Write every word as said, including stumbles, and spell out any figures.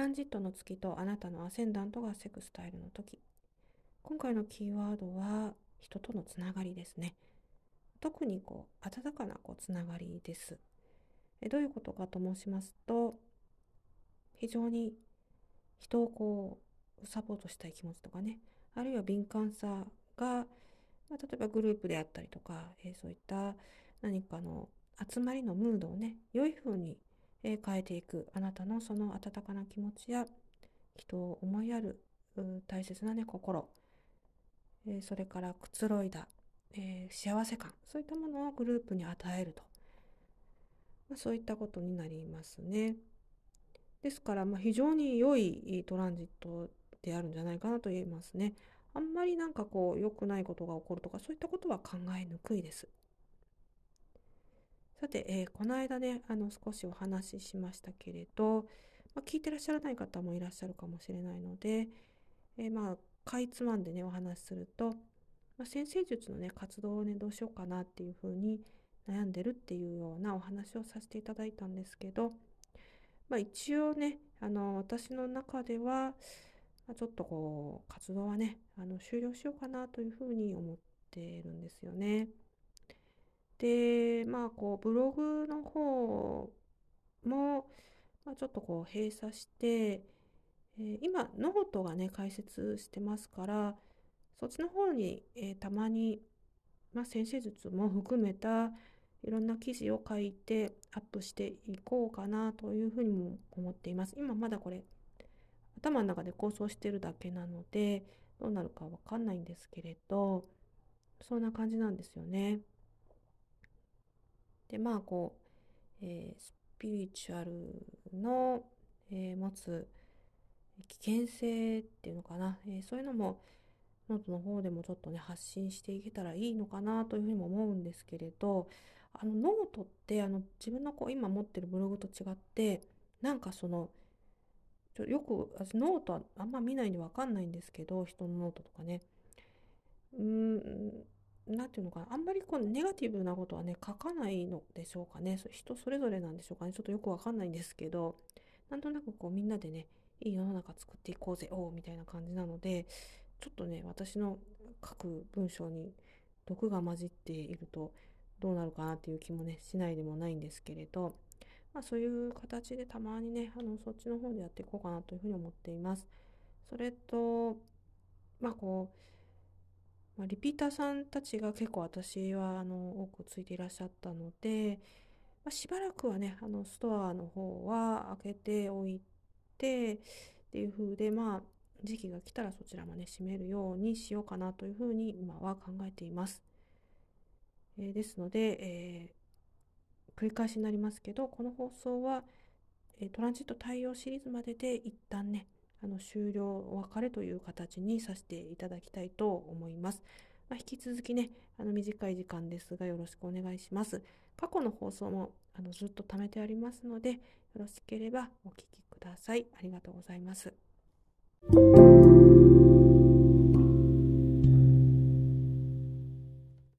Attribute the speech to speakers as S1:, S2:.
S1: ンジットの月とあなたのアセンダントがセクスタイルの時。今回のキーワードは人とのつながりですね。特にこう温かなこうつながりです。えどういうことかと申しますと、非常に人をこうサポートしたい気持ちとかね、あるいは敏感さが、まあ、例えばグループであったりとか、えーそういった何かの集まりのムードをね、良い風に、えー変えていく、あなたのその温かな気持ちや人を思いやる大切なね心、えーそれからくつろいだ、えー幸せ感、そういったものをグループに与えると、まあ、そういったことになりますね。ですから、まあ、非常に良いトランジットであるんじゃないかなと言えますね。あんまりなんかこう良くないことが起こるとかそういったことは考えにくいです。さて、えーこの間ね、あの少しお話ししましたけれど、まあ、聞いてらっしゃらない方もいらっしゃるかもしれないので、えーまあかいつまんでねお話しすると、まあ、占星術のね活動をねどうしようかなっていうふうに悩んでるっていうようなお話をさせていただいたんですけど、まあ、一応ねあの私の中では、まあ、ちょっとこう活動はねあの終了しようかなというふうに思っているんですよね。でまあこうブログの方も、まあ、ちょっとこう閉鎖して、えー今ノートがね解説してますから、そっちの方に、えーたまに、まあ、先生術も含めたいろんな記事を書いてアップしていこうかなというふうにも思っています。今まだこれ頭の中で構想してるだけなのでどうなるかわかんないんですけれど、そんな感じなんですよね。でまあこう、えースピリチュアルの、えー持つ危険性っていうのかな、えーそういうのもノートの方でもちょっとね発信していけたらいいのかなというふうにも思うんですけれど、あのノートってあの自分のこう今持ってるブログと違って、なんかそのちょよく私ノートはあんま見ないんでわかんないんですけど、人のノートとかね、うーん、なんていうのかな、あんまりこうネガティブなことはね書かないのでしょうかね。そ人それぞれなんでしょうかね。ちょっとよくわかんないんですけど、なんとなくこうみんなでねいい世の中作っていこうぜおうみたいな感じなので、ちょっとね私の書く文章に毒が混じっているとどうなるかなっていう気もねしないでもないんですけれど、まあ、そういう形でたまにねあのそっちの方でやっていこうかなというふうに思っています。それとまあこう、まあ、リピーターさんたちが結構私はあの多くついていらっしゃったので、まあ、しばらくはねあのストアの方は開けておいてっていう風で、まあ時期が来たらそちらもね閉めるようにしようかなというふうに今は考えています。えーですので、えー繰り返しになりますけど、この放送は、えートランジット対応シリーズまでで一旦ねあの終了お別れという形にさせていただきたいと思います。まあ、引き続きねあの短い時間ですがよろしくお願いします。過去の放送もあのずっと貯めてありますので、よろしければお聞きください。ありがとうございます。